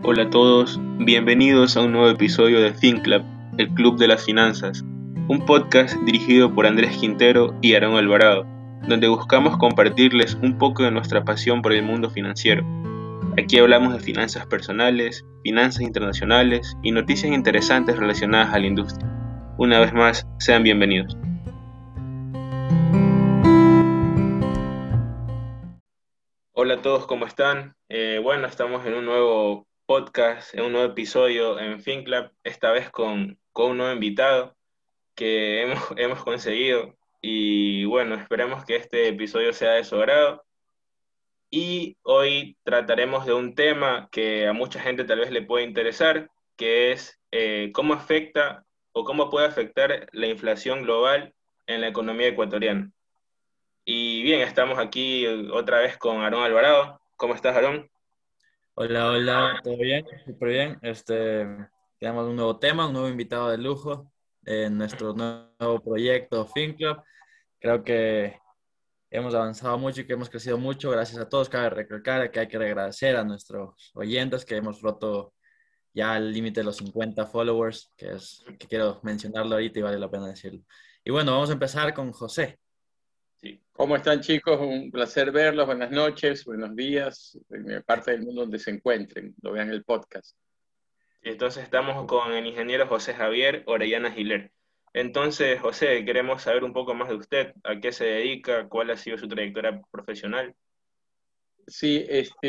Hola a todos, bienvenidos a un nuevo episodio de FinClub, el Club de las Finanzas, un podcast dirigido por Andrés Quintero y Aarón Alvarado, donde buscamos compartirles un poco de nuestra pasión por el mundo financiero. Aquí hablamos de finanzas personales, finanzas internacionales y noticias interesantes relacionadas a la industria. Una vez más, sean bienvenidos. Hola a todos, ¿cómo están? Estamos en un nuevo podcast, en un nuevo episodio en FinClub, esta vez con un nuevo invitado que hemos conseguido. Y bueno, esperemos que este episodio sea de su agrado. Y hoy trataremos de un tema que a mucha gente tal vez le puede interesar, que es cómo afecta o cómo puede afectar la inflación global en la economía ecuatoriana. Y bien, estamos aquí otra vez con Aarón Alvarado. ¿Cómo estás, Aarón? Hola, hola, ¿todo bien? Súper bien. Tenemos un nuevo tema, un nuevo invitado de lujo en nuestro nuevo proyecto FinClub. Creo que hemos avanzado mucho y que hemos crecido mucho. Gracias a todos. Cabe recalcar que hay que agradecer a nuestros oyentes que hemos roto ya el límite de los 50 followers, que quiero mencionarlo ahorita y vale la pena decirlo. Y bueno, vamos a empezar con José. Sí. ¿Cómo están, chicos? Un placer verlos. Buenas noches, buenos días, en parte del mundo donde se encuentren, lo vean el podcast. Entonces estamos con el ingeniero José Javier Orellana Giler. Entonces, José, queremos saber un poco más de usted, a qué se dedica, cuál ha sido su trayectoria profesional. Sí,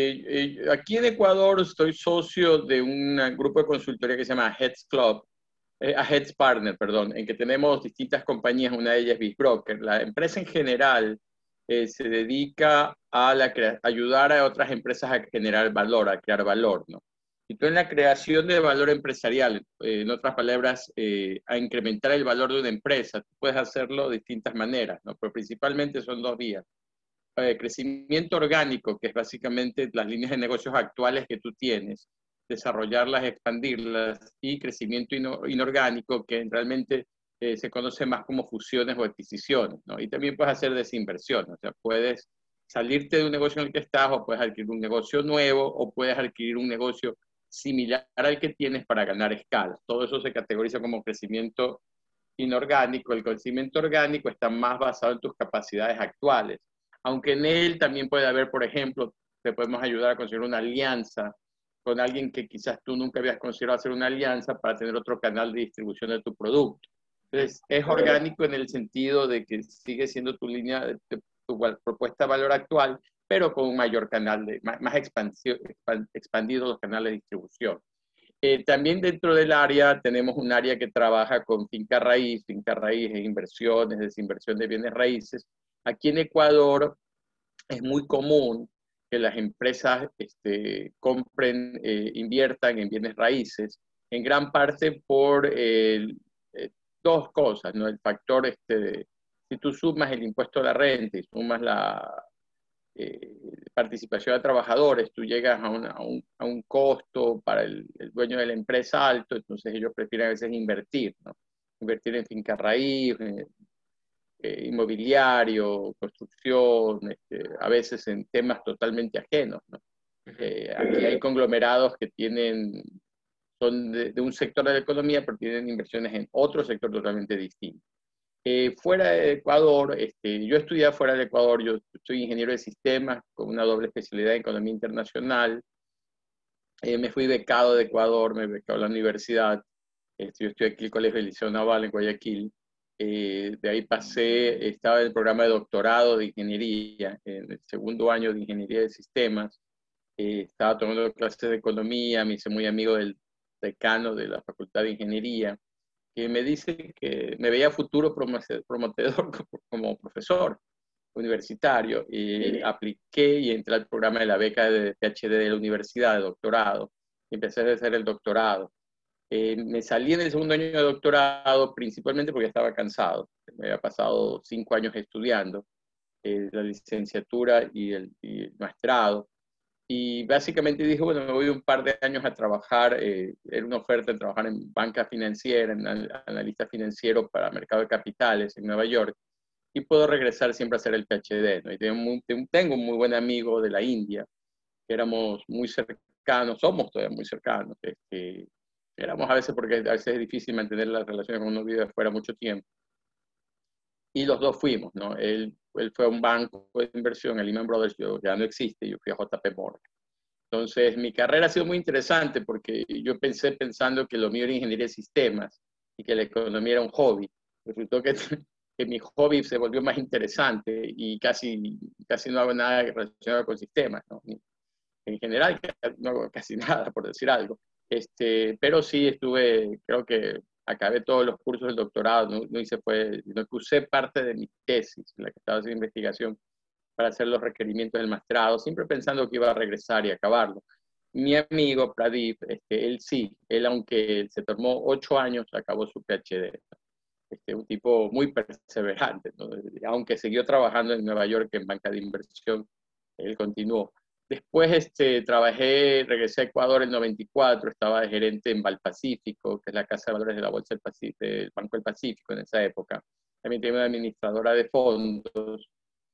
aquí en Ecuador estoy socio de un grupo de consultoría que se llama Heads Club, a Heads Partner, perdón, en que tenemos distintas compañías, una de ellas es BizBroker. La empresa en general se dedica a ayudar a otras empresas a generar valor, a crear valor, ¿no? Y tú en la creación de valor empresarial, en otras palabras, a incrementar el valor de una empresa, tú puedes hacerlo de distintas maneras, ¿no? Pero principalmente son dos vías. Crecimiento orgánico, que es básicamente las líneas de negocios actuales que tú tienes, desarrollarlas, expandirlas, y crecimiento inorgánico, que realmente se conoce más como fusiones o adquisiciones, ¿no? Y también puedes hacer desinversión, o sea, puedes salirte de un negocio en el que estás, o puedes adquirir un negocio nuevo, o puedes adquirir un negocio similar al que tienes para ganar escala. Todo eso se categoriza como crecimiento inorgánico. El crecimiento orgánico está más basado en tus capacidades actuales, aunque en él también puede haber, por ejemplo, te podemos ayudar a conseguir una alianza con alguien que quizás tú nunca habías considerado hacer una alianza para tener otro canal de distribución de tu producto. Entonces, es orgánico en el sentido de que sigue siendo tu línea, tu propuesta de valor actual, pero con un mayor canal, más expandido los canales de distribución. También dentro del área tenemos un área que trabaja con finca raíz es inversiones, desinversión de bienes raíces. Aquí en Ecuador es muy común que las empresas compren, inviertan en bienes raíces, en gran parte por dos cosas, ¿no? El factor, si tú sumas el impuesto a la renta y sumas la participación de trabajadores, tú llegas a un costo para el dueño de la empresa alto, entonces ellos prefieren a veces invertir, ¿no? Invertir en finca raíz, inmobiliario, construcción, a veces en temas totalmente ajenos, ¿no? Aquí hay conglomerados que son de un sector de la economía, pero tienen inversiones en otro sector totalmente distinto. Fuera de Ecuador, yo estudié fuera de Ecuador, yo soy ingeniero de sistemas con una doble especialidad en economía internacional. Me fui becado de Ecuador, me becado a la universidad. Yo estudié aquí en el Colegio del Liceo Naval en Guayaquil. De ahí pasé, estaba en el programa de doctorado de ingeniería, en el segundo año de ingeniería de sistemas. Estaba tomando clases de economía, me hice muy amigo del decano de la Facultad de Ingeniería, que me dice que me veía futuro prometedor como profesor universitario, y apliqué y entré al programa de la beca de PhD de la universidad de doctorado, y empecé a hacer el doctorado. Me salí en el segundo año de doctorado principalmente porque estaba cansado. Me había pasado 5 años estudiando la licenciatura y el maestrado. Y básicamente dije, bueno, me voy un par de años a trabajar, era una oferta de trabajar en banca financiera, en analista financiero para mercado de capitales en Nueva York, y puedo regresar siempre a hacer el PhD, ¿no? Y tengo un muy buen amigo de la India, que éramos muy cercanos cercanos, somos todavía muy cercanos. Éramos a veces, porque a veces es difícil mantener las relaciones con uno vive afuera mucho tiempo. Y los dos fuimos, ¿no? Él fue a un banco de inversión, el Lehman Brothers, yo, ya no existe, yo fui a JP Morgan. Entonces, mi carrera ha sido muy interesante porque yo pensando que lo mío era ingeniería de sistemas y que la economía era un hobby. Resultó que mi hobby se volvió más interesante y casi no hago nada relacionado con sistemas, ¿no? En general, no hago casi nada, por decir algo. Pero sí creo que acabé todos los cursos del doctorado, no usé parte de mi tesis, en la que estaba haciendo investigación, para hacer los requerimientos del masterado, siempre pensando que iba a regresar y acabarlo. Mi amigo Pradip, él aunque se tomó 8 años, acabó su PhD. Un tipo muy perseverante, ¿no? Aunque siguió trabajando en Nueva York en banca de inversión, él continuó. Después regresé a Ecuador en 94, estaba de gerente en Valpacífico, que es la casa de valores de la Bolsa del Banco del Pacífico en esa época. También tenía una administradora de fondos.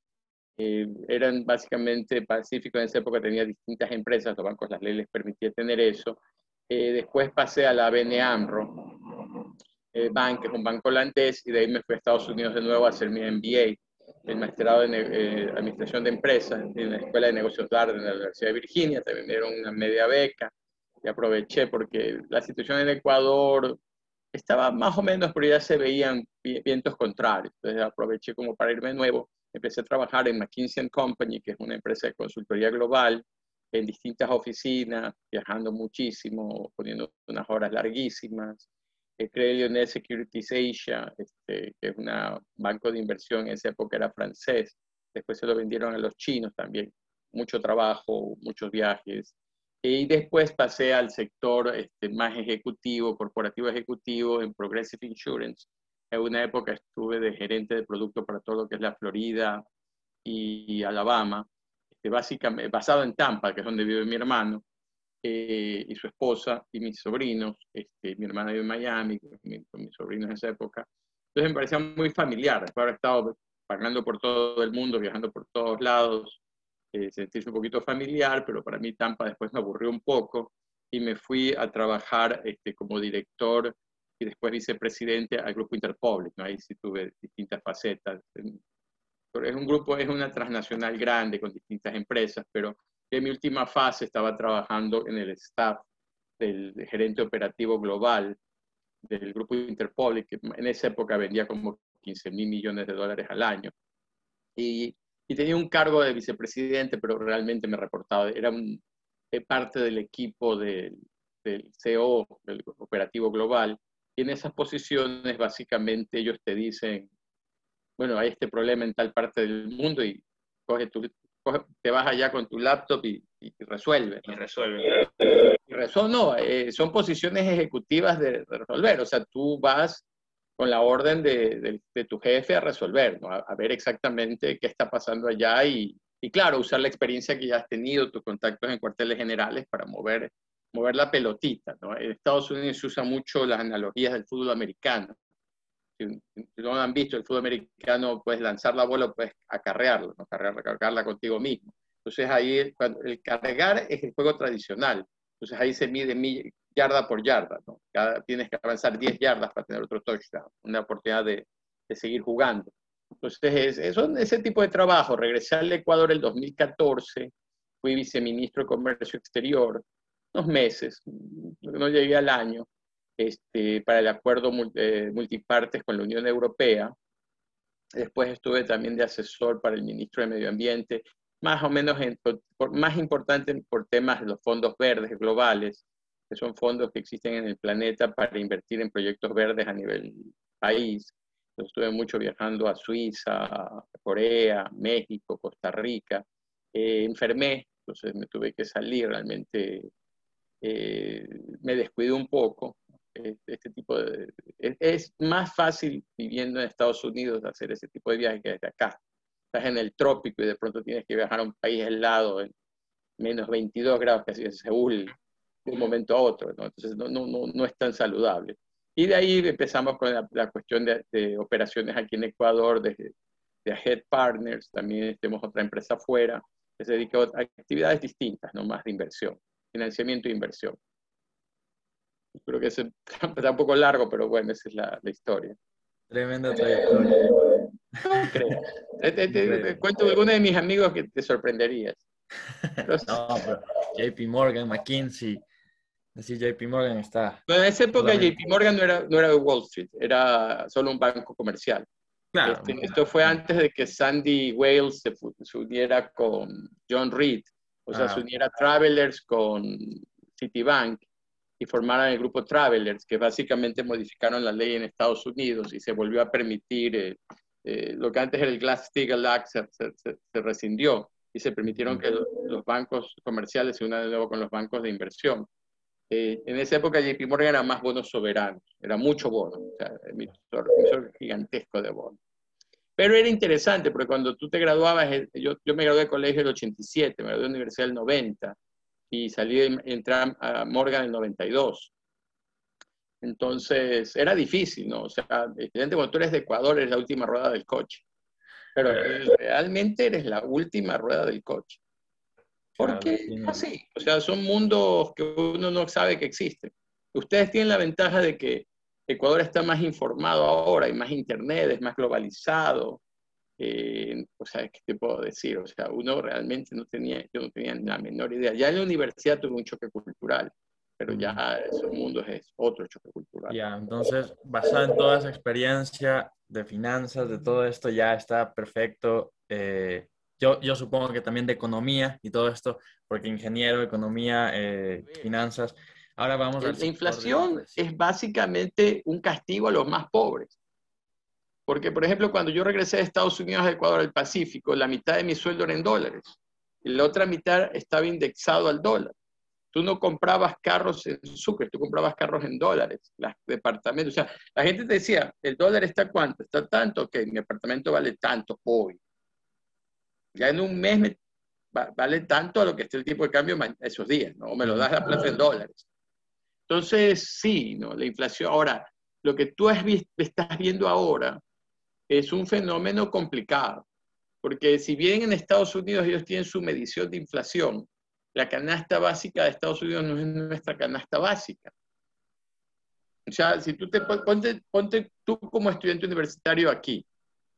Eran básicamente, Pacífico en esa época tenía distintas empresas, los bancos, las leyes les permitían tener eso. Después pasé a la ABN AMRO Bank, que es un banco holandés, y de ahí me fui a Estados Unidos de nuevo a hacer mi MBA, el Masterado en Administración de Empresas, en la Escuela de Negocios Darden de la Universidad de Virginia. También me dieron una media beca y aproveché porque la situación en Ecuador estaba más o menos, pero ya se veían vientos contrarios. Entonces aproveché como para irme de nuevo. Empecé a trabajar en McKinsey & Company, que es una empresa de consultoría global, en distintas oficinas, viajando muchísimo, poniendo unas horas larguísimas. Creé Lyonnais Securities Asia, que es un banco de inversión, en esa época era francés. Después se lo vendieron a los chinos también. Mucho trabajo, muchos viajes. Y después pasé al sector más ejecutivo, corporativo ejecutivo, en Progressive Insurance. En una época estuve de gerente de producto para todo lo que es la Florida y Alabama, básicamente basado en Tampa, que es donde vive mi hermano, y su esposa y mis sobrinos. Mi hermana vive en Miami, con mis sobrinos en esa época. Entonces me parecía muy familiar. Después haber estado pagando por todo el mundo, viajando por todos lados, sentirse un poquito familiar, pero para mí Tampa después me aburrió un poco y me fui a trabajar como director y después vicepresidente al Grupo Interpublic, ¿no? Ahí sí tuve distintas facetas. Es un grupo, es una transnacional grande con distintas empresas, pero en mi última fase estaba trabajando en el staff del gerente operativo global del Grupo Interpublic, que en esa época vendía como 15.000 millones de dólares al año. Y tenía un cargo de vicepresidente, pero realmente me reportaba, era parte del equipo del CEO, del operativo global, y en esas posiciones básicamente ellos te dicen, bueno, hay este problema en tal parte del mundo y te vas allá con tu laptop y resuelves. Y resuelve. No, son posiciones ejecutivas de resolver, o sea, tú vas con la orden de tu jefe a resolver, ¿no? A ver exactamente qué está pasando allá y claro, usar la experiencia que ya has tenido, tus contactos en cuarteles generales para mover la pelotita, ¿no? En Estados Unidos se usa mucho las analogías del fútbol americano. Si no lo han visto, el fútbol americano, puedes lanzar la bola o puedes acarrearla, ¿no? Cargarla contigo mismo. Entonces ahí el cargar es el juego tradicional. Entonces ahí se mide yarda por yarda, ¿no? Tienes que avanzar 10 yardas para tener otro touchdown, una oportunidad de seguir jugando. Entonces ese tipo de trabajo. Regresé al Ecuador el 2014, fui viceministro de Comercio Exterior, unos meses, no llegué al año, para el acuerdo multipartes con la Unión Europea. Después estuve también de asesor para el ministro de Medio Ambiente, más o menos más importante por temas de los fondos verdes globales, que son fondos que existen en el planeta para invertir en proyectos verdes a nivel país. Entonces, estuve mucho viajando a Suiza, a Corea, México, Costa Rica. Enfermé, entonces me tuve que salir, realmente me descuidé un poco. Es más fácil viviendo en Estados Unidos hacer ese tipo de viajes que desde acá. Estás en el trópico y de pronto tienes que viajar a un país helado en menos 22 grados, casi en Seúl, de un momento a otro, ¿no? Entonces no es tan saludable. Y de ahí empezamos con la cuestión de operaciones aquí en Ecuador, de Head Partners. También tenemos otra empresa afuera que se dedica a actividades distintas, no más de inversión. financiamiento e inversión. Creo que ese está un poco largo, pero bueno, esa es la historia. Tremenda trayectoria. No creas. Te Increíble. cuento algunos de mis amigos que te sorprenderías. Pero, No, pero JP Morgan, McKinsey, así JP Morgan está bueno, en esa época solamente. JP Morgan no era de Wall Street, era solo un banco comercial. Claro. Esto fue antes de que Sandy Wales se uniera con John Reed, o sea, se uniera Travelers con Citibank y formaran el grupo Travelers, que básicamente modificaron la ley en Estados Unidos y se volvió a permitir lo que antes era el Glass-Steagall Act, se rescindió y se permitieron que los bancos comerciales se unan de nuevo con los bancos de inversión. En esa época JP Morgan era más bonos soberanos, era mucho bono, o sea, emisor gigantesco de bonos. Pero era interesante, porque cuando tú te graduabas, yo me gradué de colegio en el 87, me gradué de la universidad en el 90, y entré a Morgan en el 92. Entonces, era difícil, ¿no? O sea, evidente, cuando tú eres de Ecuador, eres la última rueda del coche. Pero realmente eres la última rueda del coche. Porque es así. O sea, son mundos que uno no sabe que existen. Ustedes tienen la ventaja de que Ecuador está más informado ahora, hay más internet, es más globalizado. O sea, ¿qué te puedo decir? O sea, uno realmente yo no tenía la menor idea. Ya en la universidad tuve un choque cultural, pero ya esos mundos es otro choque cultural. Ya, entonces, basado en toda esa experiencia de finanzas, de todo esto, ya está perfecto. Yo supongo que también de economía y todo esto, porque ingeniero, economía, finanzas. Ahora vamos al La sector inflación es básicamente un castigo a los más pobres. Porque, por ejemplo, cuando yo regresé de Estados Unidos a Ecuador al Pacífico, la mitad de mi sueldo era en dólares y la otra mitad estaba indexado al dólar. Tú no comprabas carros en Sucre, tú comprabas carros en dólares, los departamentos. O sea, la gente te decía, ¿el dólar está cuánto? ¿Está tanto? Ok, mi apartamento vale tanto hoy. Ya en un mes vale tanto a lo que esté el tipo de cambio esos días, ¿no? Me lo das la plata en dólares. Entonces, sí, ¿no? La inflación. Ahora, lo que tú estás viendo ahora es un fenómeno complicado, porque si bien en Estados Unidos ellos tienen su medición de inflación, la canasta básica de Estados Unidos no es nuestra canasta básica. O sea, si tú ponte tú como estudiante universitario aquí,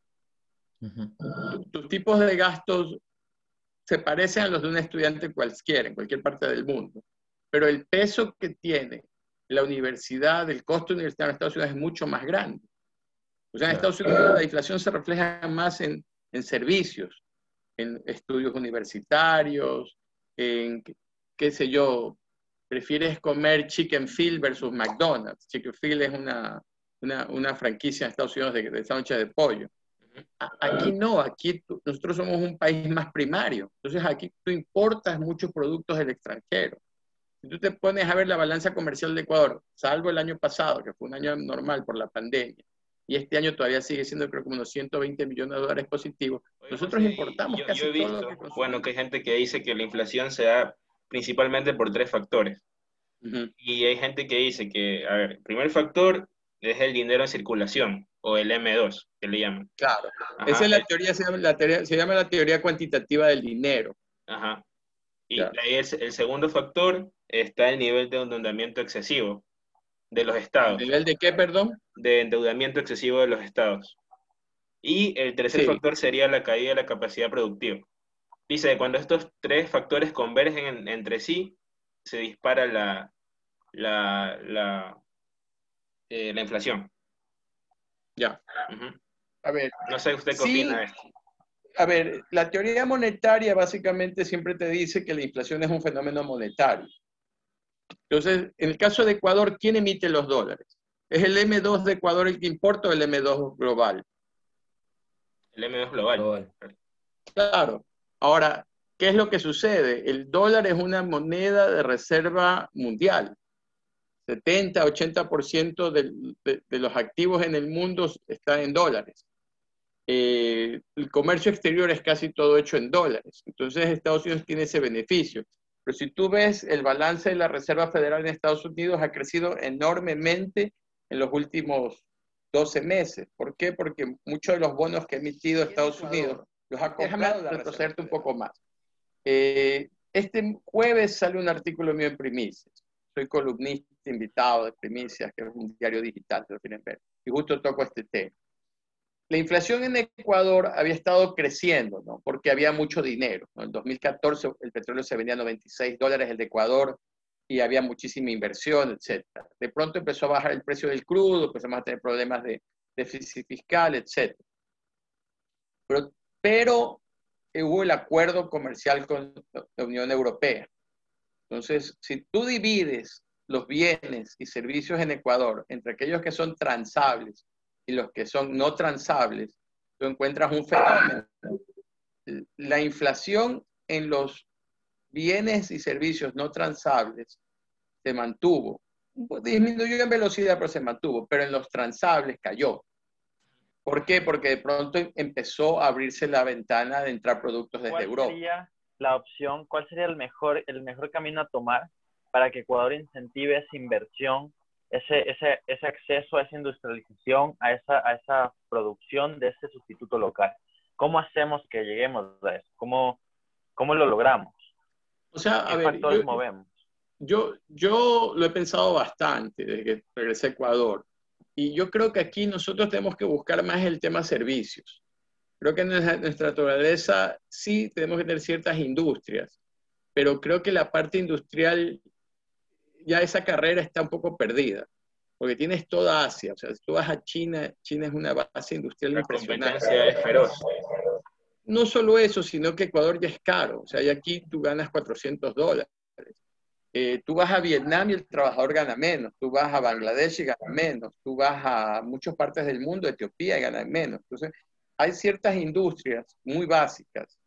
tus tipos de gastos se parecen a los de un estudiante cualquiera, en cualquier parte del mundo, pero el peso que tiene la universidad, el costo universitario en Estados Unidos es mucho más grande. O sea, en Estados Unidos la inflación se refleja más en servicios, en estudios universitarios, en, qué sé yo, prefieres comer Chicken Field versus McDonald's. Chicken Field es una franquicia en Estados Unidos de sándwiches de pollo. Aquí no, aquí nosotros somos un país más primario. Entonces aquí tú importas muchos productos del extranjero. Si tú te pones a ver la balanza comercial de Ecuador, salvo el año pasado, que fue un año normal por la pandemia, y este año todavía sigue siendo creo como unos 120 millones de dólares positivos, nosotros importamos casi yo he visto, todo lo que consumimos. bueno, que hay gente que dice que la inflación se da principalmente por tres factores. Y hay gente que dice que, a ver, el primer factor es el dinero en circulación, o el M2, que le llaman. Claro, Ajá, esa es la teoría, se llama la teoría cuantitativa del dinero. Ajá. Y ahí el segundo factor está el nivel de endeudamiento excesivo de los estados. ¿El nivel de qué, perdón? De endeudamiento excesivo de los estados. Y el tercer factor sería la caída de la capacidad productiva. Dice que cuando estos tres factores convergen entre sí, se dispara la inflación. Ya. A ver. No sé usted qué opina de esto. A ver, la teoría monetaria básicamente siempre te dice que la inflación es un fenómeno monetario. Entonces, en el caso de Ecuador, ¿quién emite los dólares? ¿Es el M2 de Ecuador el que importa o el M2 global? El M2 global. Claro. Ahora, ¿qué es lo que sucede? El dólar es una moneda de reserva mundial. 70-80% de los activos en el mundo están en dólares. El comercio exterior es casi todo hecho en dólares. Entonces Estados Unidos tiene ese beneficio. Pero si tú ves el balance de la Reserva Federal en Estados Unidos ha crecido enormemente en los últimos 12 meses. ¿Por qué? Porque muchos de los bonos que ha emitido Estados Unidos los ha comprado. Déjame retrocederte un poco más. Es este jueves sale un artículo mío en Primicias. Soy columnista invitado de Primicias, que es un diario digital, si lo quieren ver. Y justo toco este tema. La inflación en Ecuador había estado creciendo, ¿no? Porque había mucho dinero, ¿no? En 2014 el petróleo se vendía a $96 el de Ecuador y había muchísima inversión, etcétera. De pronto empezó a bajar el precio del crudo, empezamos a tener problemas de déficit fiscal, etcétera. Pero hubo el acuerdo comercial con la Unión Europea. Entonces, si tú divides los bienes y servicios en Ecuador entre aquellos que son transables y los que son no transables, tú encuentras un fenómeno. La inflación en los bienes y servicios no transables se mantuvo. Disminuyó en velocidad, pero se mantuvo. Pero en los transables cayó. ¿Por qué? Porque de pronto empezó a abrirse la ventana de entrar productos desde Europa. ¿Cuál sería la opción, cuál sería el mejor camino a tomar para que Ecuador incentive esa inversión, ese acceso a esa industrialización, a esa producción de ese sustituto local? ¿Cómo hacemos que lleguemos a eso? ¿Cómo lo logramos? O sea, ¿Qué factores movemos? Yo lo he pensado bastante desde que regresé a Ecuador. Y yo creo que aquí nosotros tenemos que buscar más el tema servicios. Creo que en nuestra naturaleza sí tenemos que tener ciertas industrias, pero creo que la parte industrial, ya esa carrera está un poco perdida, porque tienes toda Asia. O sea, si tú vas a China, China es una base industrial La impresionante. competencia es feroz. No solo eso, sino que Ecuador ya es caro. O sea, y aquí tú ganas $400. Tú vas a Vietnam y el trabajador gana menos, tú vas a Bangladesh y gana menos, tú vas a muchas partes del mundo, Etiopía, y ganan menos. Entonces, hay ciertas industrias muy básicas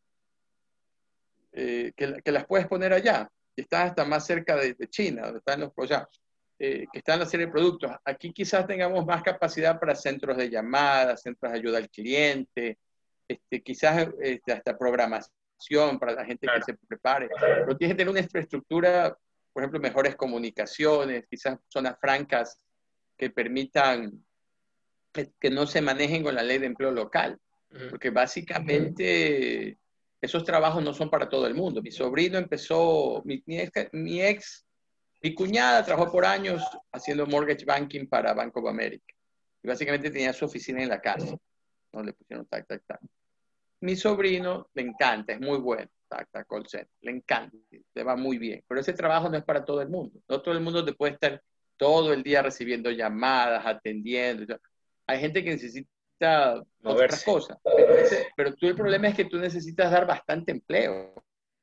que las puedes poner allá, y están hasta más cerca de China, donde están los, o sea, que están la serie de productos. Aquí quizás tengamos más capacidad para centros de llamadas, centros de ayuda al cliente, quizás hasta programación para la gente que se prepare, pero tienes que tener una infraestructura, por ejemplo, mejores comunicaciones, quizás zonas francas que permitan que no se manejen con la ley de empleo local, porque básicamente esos trabajos no son para todo el mundo. Mi sobrino empezó, mi cuñada trabajó por años haciendo mortgage banking para Bank of America, y básicamente tenía su oficina en la casa, no le pusieron tac, tac, tac. Mi sobrino le encanta, es muy bueno, call center, le encanta, le va muy bien, pero ese trabajo no es para todo el mundo. No todo el mundo te puede estar todo el día recibiendo llamadas, atendiendo. Hay gente que necesita otras cosas, pero el problema es que tú necesitas dar bastante empleo.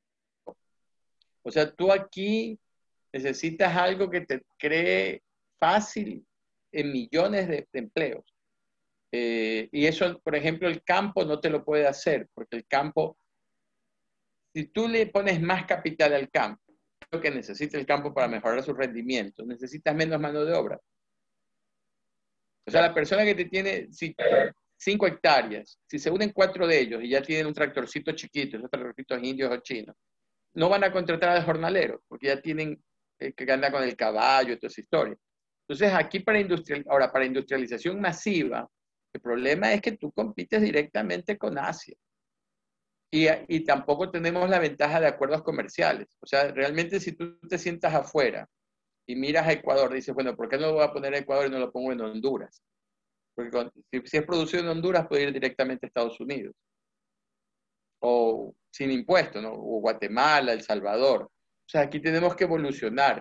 O sea, tú aquí necesitas algo que te cree fácil en millones de empleos. Y eso, por ejemplo, el campo no te lo puede hacer, porque el campo, si tú le pones más capital al campo, lo que necesita el campo para mejorar su rendimiento, necesitas menos mano de obra. O sea, la persona que te tiene 5 hectáreas, si se unen 4 de ellos y ya tienen un tractorcito chiquito, esos tractorcitos indios o chinos, no van a contratar al jornalero, porque ya tienen que andar con el caballo y toda esa historia. Entonces, aquí para industrialización masiva, el problema es que tú compites directamente con Asia. Y tampoco tenemos la ventaja de acuerdos comerciales. O sea, realmente si tú te sientas afuera y miras a Ecuador, dices, bueno, ¿por qué no lo voy a poner a Ecuador y no lo pongo en Honduras? Porque si es producido en Honduras, puede ir directamente a Estados Unidos. O sin impuestos, ¿no? O Guatemala, El Salvador. O sea, aquí tenemos que evolucionar.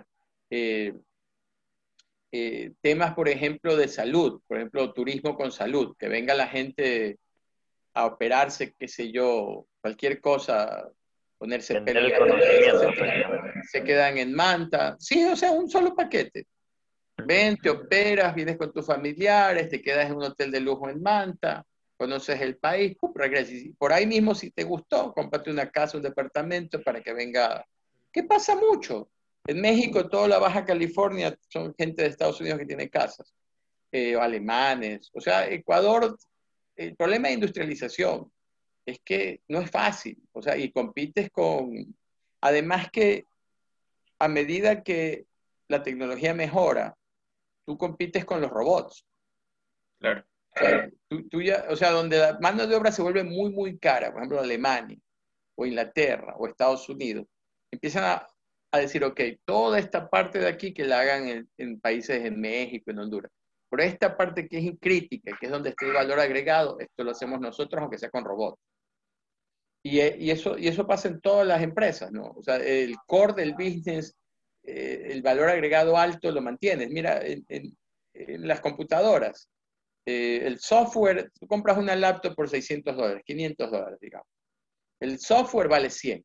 Temas, por ejemplo, de salud, por ejemplo, turismo con salud, que venga la gente a operarse, qué sé yo, cualquier cosa, ponerse pelo, el conocimiento, se quedan en Manta. Sí, o sea, un solo paquete. Ven, te operas, vienes con tus familiares, te quedas en un hotel de lujo en Manta, conoces el país, regresas. Por ahí mismo, si te gustó, cómprate una casa, un departamento para que venga. ¿Qué pasa mucho? En México, toda la Baja California son gente de Estados Unidos que tiene casas, o alemanes. O sea, Ecuador, el problema de industrialización es que no es fácil. O sea, y compites con. Además que a medida que la tecnología mejora, tú compites con los robots. Claro. O sea, donde la mano de obra se vuelve muy, muy cara, por ejemplo, Alemania, o Inglaterra, o Estados Unidos, empiezan a decir, ok, toda esta parte de aquí que la hagan en países en México, en Honduras. Pero esta parte que es crítica, que es donde está el valor agregado, esto lo hacemos nosotros, aunque sea con robots. Y eso pasa en todas las empresas, ¿no? O sea, el core del business, el valor agregado alto lo mantienes. Mira, en las computadoras, el software, tú compras una laptop por $600, $500, digamos. El software vale 100.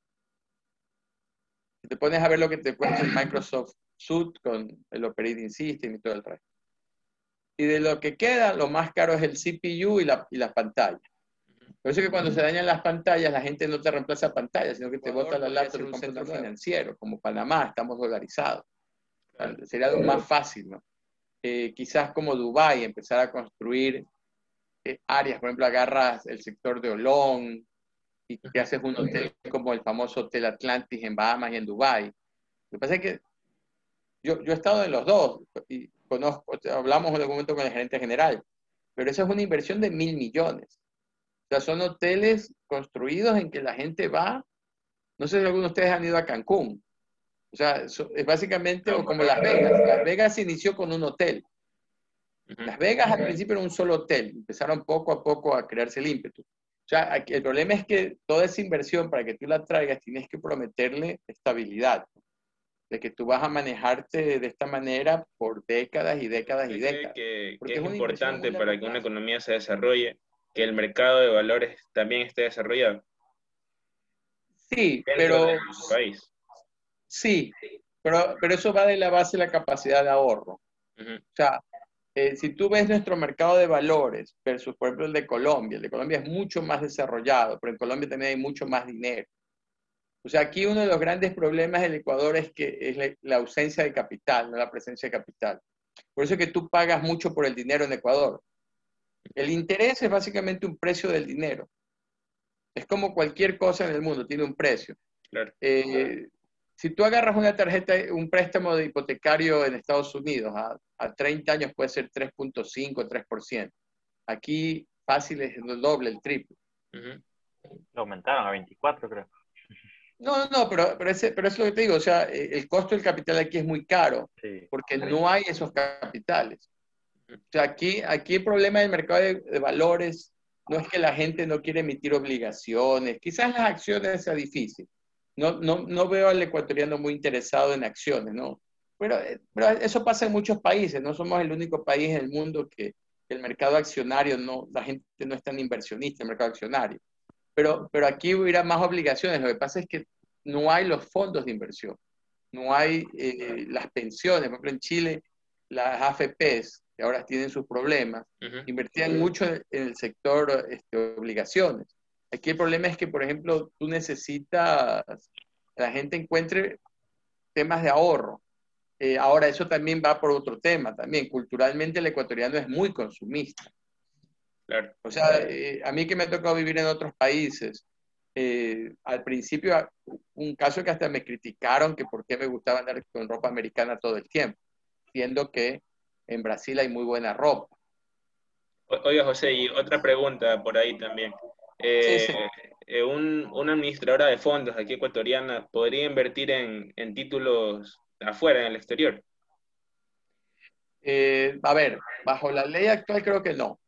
Si te pones a ver lo que te cuesta el Microsoft Suite con el Operating System y todo el resto. Y de lo que queda, lo más caro es el CPU y la pantalla. Por eso es que cuando se dañan las pantallas, la gente no te reemplaza pantallas, sino que te bota la laptop en un centro financiero, como Panamá, estamos dolarizados. Claro. Sería lo más fácil, ¿no? Quizás como Dubái, empezar a construir áreas, por ejemplo, agarras el sector de Olón y te haces un hotel como el famoso Hotel Atlantis en Bahamas y en Dubái. Lo que pasa es que yo he estado en los dos y hablamos en algún momento con el gerente general, pero esa es una inversión de $1.000 millones. O sea, son hoteles construidos en que la gente va, no sé si algunos de ustedes han ido a Cancún, o sea, es básicamente como Las Vegas. Las Vegas se inició con un hotel. Las Vegas al principio era un solo hotel, empezaron poco a poco a crearse el ímpetu. O sea, el problema es que toda esa inversión, para que tú la traigas, tienes que prometerle estabilidad, de que tú vas a manejarte de esta manera por décadas y décadas y décadas. Que es importante para que una economía se desarrolle, que el mercado de valores también esté desarrollado. Sí, pero... País. Sí, pero eso va de la base de la capacidad de ahorro. O sea, si tú ves nuestro mercado de valores versus, por ejemplo, el de Colombia es mucho más desarrollado, pero en Colombia también hay mucho más dinero. O sea, aquí uno de los grandes problemas del Ecuador es que es la ausencia de capital, no la presencia de capital. Por eso es que tú pagas mucho por el dinero en Ecuador. El interés es básicamente un precio del dinero. Es como cualquier cosa en el mundo, tiene un precio. Claro. Si tú agarras una tarjeta, un préstamo de hipotecario en Estados Unidos a 30 años puede ser 3.5, 3%. Aquí fácil es el doble, el triple. Lo aumentaron a 24, creo. No, pero eso es lo que te digo. O sea, el costo del capital aquí es muy caro, sí, porque no hay esos capitales. O sea, aquí el problema del mercado de valores no es que la gente no quiere emitir obligaciones. Quizás las acciones sea difícil. No veo al ecuatoriano muy interesado en acciones, ¿no? Pero eso pasa en muchos países. No somos el único país en el mundo que el mercado accionario, la gente no es tan inversionista en el mercado accionario. Pero aquí hubiera más obligaciones. Lo que pasa es que no hay los fondos de inversión. No hay las pensiones. Por ejemplo, en Chile, las AFPs, que ahora tienen sus problemas, invertían mucho en el sector obligaciones. Aquí el problema es que, por ejemplo, tú necesitas que la gente encuentre temas de ahorro. Ahora, eso también va por otro tema. También, culturalmente, el ecuatoriano es muy consumista. Claro. O sea, a mí que me ha tocado vivir en otros países, al principio, un caso que hasta me criticaron que por qué me gustaba andar con ropa americana todo el tiempo, siendo que en Brasil hay muy buena ropa. Oiga, José, y otra pregunta por ahí también. Sí. Una administradora de fondos aquí ecuatoriana podría invertir en títulos afuera, en el exterior. A ver, bajo la ley actual creo que no.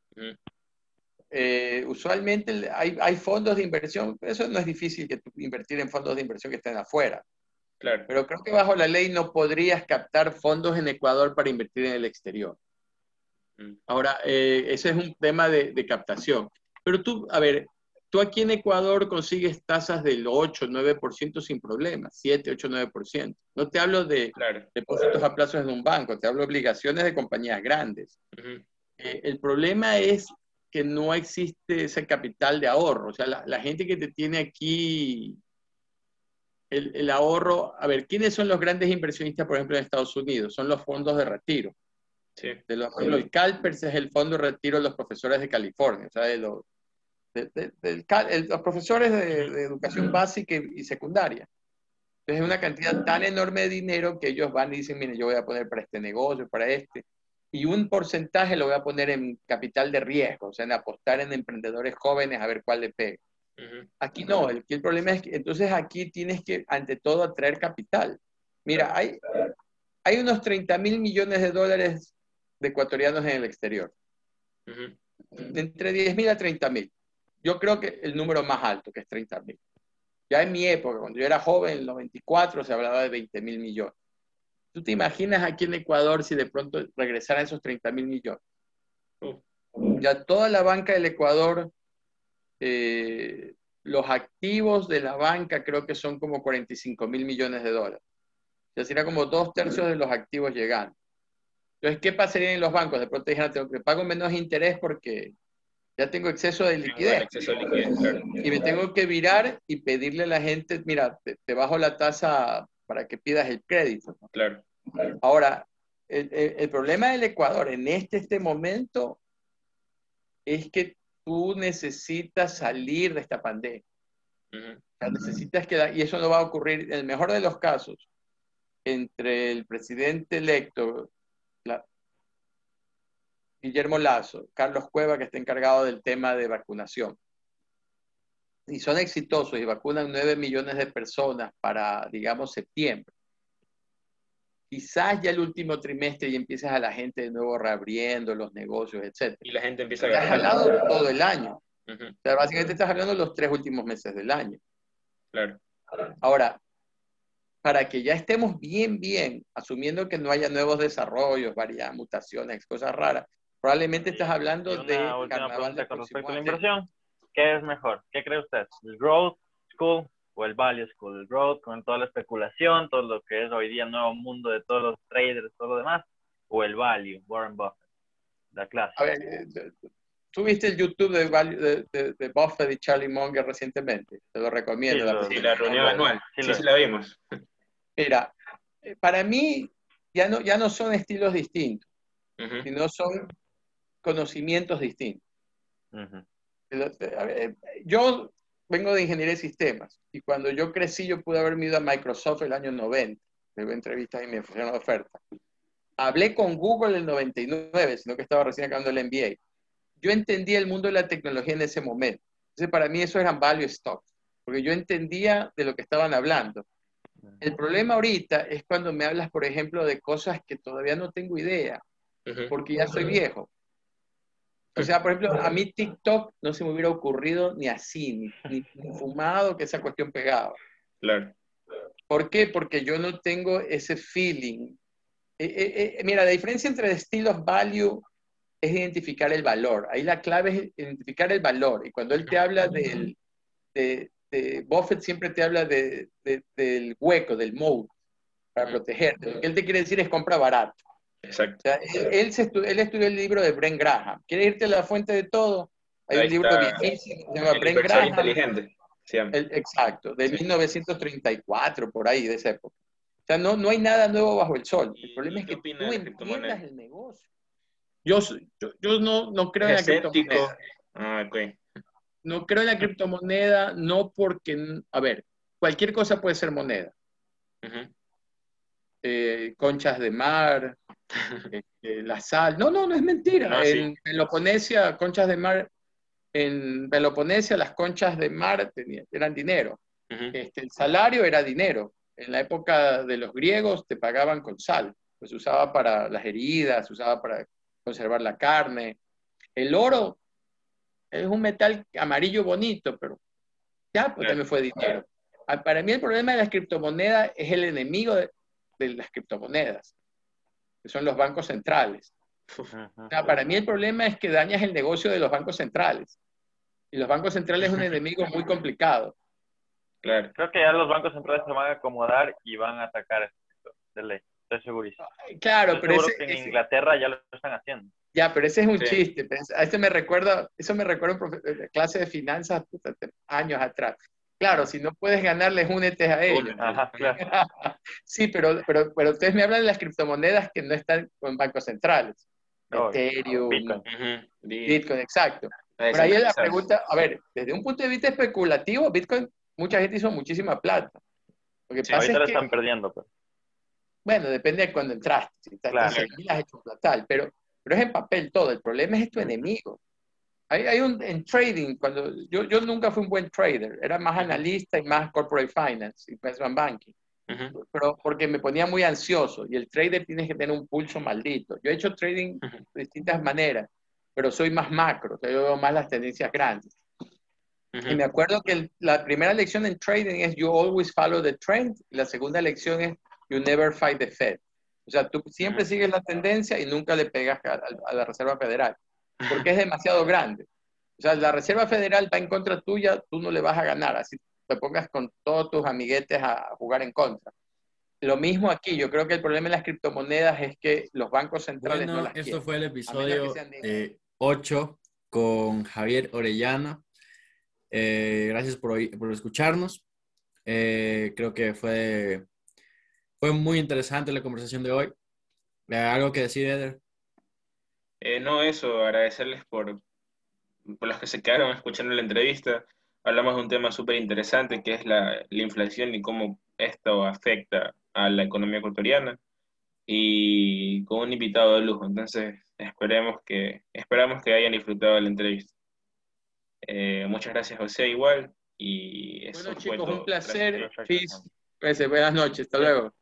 Usualmente hay fondos de inversión, eso no es difícil que invertir en fondos de inversión que estén afuera. Claro. Pero creo que bajo la ley no podrías captar fondos en Ecuador para invertir en el exterior. Ahora, ese es un tema de captación. Pero tú, a ver, tú aquí en Ecuador consigues tasas del 8, 9% sin problemas, 7, 8, 9%. No te hablo de depósitos a plazos en un banco, te hablo de obligaciones de compañías grandes. El problema es que no existe ese capital de ahorro. O sea, la gente que te tiene aquí el ahorro, a ver, ¿quiénes son los grandes inversionistas, por ejemplo, en Estados Unidos? Son los fondos de retiro. Sí. El CalPERS es el fondo de retiro de los profesores de California, o sea, los profesores de educación básica y secundaria. Entonces es una cantidad tan enorme de dinero que ellos van y dicen, mire, yo voy a poner para este negocio, para este, y un porcentaje lo voy a poner en capital de riesgo, o sea, en apostar en emprendedores jóvenes a ver cuál le pega. Ujú. Aquí no, el problema es que entonces aquí tienes que, ante todo, atraer capital. Mira, hay unos 30.000 millones de dólares de ecuatorianos en el exterior, Ujú. entre 10.000 a 30.000. Yo creo que el número más alto, que es 30.000. Ya en mi época, cuando yo era joven, en el 94, se hablaba de 20.000 millones. ¿Tú te imaginas aquí en Ecuador si de pronto regresaran esos 30.000 millones? Uh, Ya toda la banca del Ecuador, eh, los activos de la banca creo que son como 45.000 millones de dólares. Ya sería como 2/3 de los activos llegando. Entonces, ¿qué pasaría en los bancos? De pronto dijeran, tengo que pago menos interés porque ya tengo exceso de tengo el liquidez. exceso de liquidez, claro. Y me tengo que virar y pedirle a la gente, mira, te bajo la tasa para que pidas el crédito. Claro. Ahora, el problema del Ecuador en este momento es que tú necesitas salir de esta pandemia. Ujú. O sea, necesitas y eso no va a ocurrir, en el mejor de los casos, entre el presidente electo, Guillermo Lasso, Carlos Cueva, que está encargado del tema de vacunación, y son exitosos y vacunan 9 millones de personas para, digamos, septiembre. Quizás ya el último trimestre y empiezas a la gente de nuevo reabriendo los negocios, etc. Y la gente empieza a Ya has gastar. hablado todo el año. Ujú. O sea, básicamente estás hablando de los 3 últimos meses del año. Claro. Ahora, para que ya estemos bien, asumiendo que no haya nuevos desarrollos, varias mutaciones, cosas raras, probablemente estás hablando Y de una última carnaval pregunta del con próximo respecto a la año. inversión. ¿Qué es mejor? ¿Qué cree usted? ¿El Growth School o el Value School? El Growth con toda la especulación, todo lo que es hoy día el nuevo mundo de todos los traders, todo lo demás, o el Value, Warren Buffett, la clase. A ver, ¿tú viste el YouTube de Buffett y Charlie Munger recientemente? Te lo recomiendo. Sí, la reunión anual. Sí, la vimos. Mira, para mí ya no son estilos distintos, Ujú. sino son conocimientos distintos. Ujú. A ver, yo vengo de ingeniería de sistemas y cuando yo crecí yo pude haberme ido a Microsoft el año 90. Tuve entrevistas y me ofrecieron ofertas. Hablé con Google en el 99, sino que estaba recién acabando el MBA. Yo entendía el mundo de la tecnología en ese momento. Entonces, para mí eso eran value stocks, porque yo entendía de lo que estaban hablando. El problema ahorita es cuando me hablas, por ejemplo, de cosas que todavía no tengo idea, Ujú. porque ya soy viejo. O sea, por ejemplo, a mí TikTok no se me hubiera ocurrido ni así, ni fumado que esa cuestión pegaba. Claro. ¿Por qué? Porque yo no tengo ese feeling. Mira, la diferencia entre estilos value es identificar el valor. Ahí la clave es identificar el valor. Y cuando él te habla de Buffett siempre te habla del hueco, del moat, para Ujú. protegerte. Lo que él te quiere decir es compra barato. Exacto. O sea, él estudió el libro de Brent Graham. ¿Quieres irte a la fuente de todo? Hay Ahí un libro está viejísimo que se llama el Brent inversor Graham. inteligente. Se llama. Exacto, de Sí. 1934, por ahí, de esa época. O sea, no hay nada nuevo bajo el sol. El problema ¿Y es qué que opina tú de las entiendas criptomonedas? el negocio. Yo no creo en ¿Es la escéptico? criptomoneda. Ah, ok. No creo en la criptomoneda, no porque, a ver, cualquier cosa puede ser moneda. Ujú. Conchas de mar, la sal. No es mentira. No, sí. En Peloponesia, conchas de mar, en Peloponesia las conchas de mar eran dinero. Ujú. El salario era dinero. En la época de los griegos te pagaban con sal. Pues se usaba para las heridas, se usaba para conservar la carne. El oro es un metal amarillo bonito, pero ya, pues Claro. también fue dinero. Para mí el problema de las criptomonedas es el enemigo de las criptomonedas, que son los bancos centrales. Uf. O sea, para mí el problema es que dañas el negocio de los bancos centrales. Y los bancos centrales es un enemigo muy complicado. Claro. Creo que ya los bancos centrales se van a acomodar y van a atacar este sector, de ley. Estoy segurísimo. Claro, Estoy pero seguro que en Inglaterra ya lo están haciendo. pero ese es un Sí. chiste. A eso me recuerda un clase de finanzas puta, años atrás. Claro, si no puedes ganarles, únete a ellos. Únete. Ajá, claro. Sí, pero ustedes me hablan de las criptomonedas que no están con bancos centrales. Oh, Ethereum, Bitcoin. Ujú. Bitcoin, exacto. Las Por ahí la descentralizadas. pregunta, a ver, desde un punto de vista especulativo, Bitcoin, mucha gente hizo muchísima plata. Lo que Sí. pasa Ahorita es lo que, están perdiendo, pero bueno, depende de cuándo entraste. Si estás claro. seguidas has hecho platal, pero es en papel todo. El problema es tu enemigo. En trading, cuando yo nunca fui un buen trader, era más analista y más corporate finance, investment banking, pero porque me ponía muy ansioso y el trader tiene que tener un pulso maldito. Yo he hecho trading de distintas maneras, pero soy más macro, o sea, yo veo más las tendencias grandes. Y me acuerdo que la primera lección en trading es you always follow the trend, y la segunda lección es you never fight the Fed. O sea, tú siempre sigues la tendencia y nunca le pegas a la Reserva Federal, porque es demasiado grande. O sea, la Reserva Federal va en contra tuya, tú no le vas a ganar, así te pongas con todos tus amiguetes a jugar en contra. Lo mismo aquí, yo creo que el problema en las criptomonedas es que los bancos centrales no Bueno, las esto quieren, fue el a menos que episodio sean de... 8 con Javier Orellana. Gracias por escucharnos. Creo que fue muy interesante la conversación de hoy. ¿Algo que decir, Eder? No, eso, agradecerles por los que se quedaron escuchando la entrevista. Hablamos de un tema súper interesante que es la inflación y cómo esto afecta a la economía ecuatoriana y con un invitado de lujo. Entonces, esperamos que hayan disfrutado de la entrevista. Muchas gracias, José, igual. Y eso Bueno, fue chicos, un todo. Gracias. placer. Perfecto. Peace. Buenas noches. Hasta luego.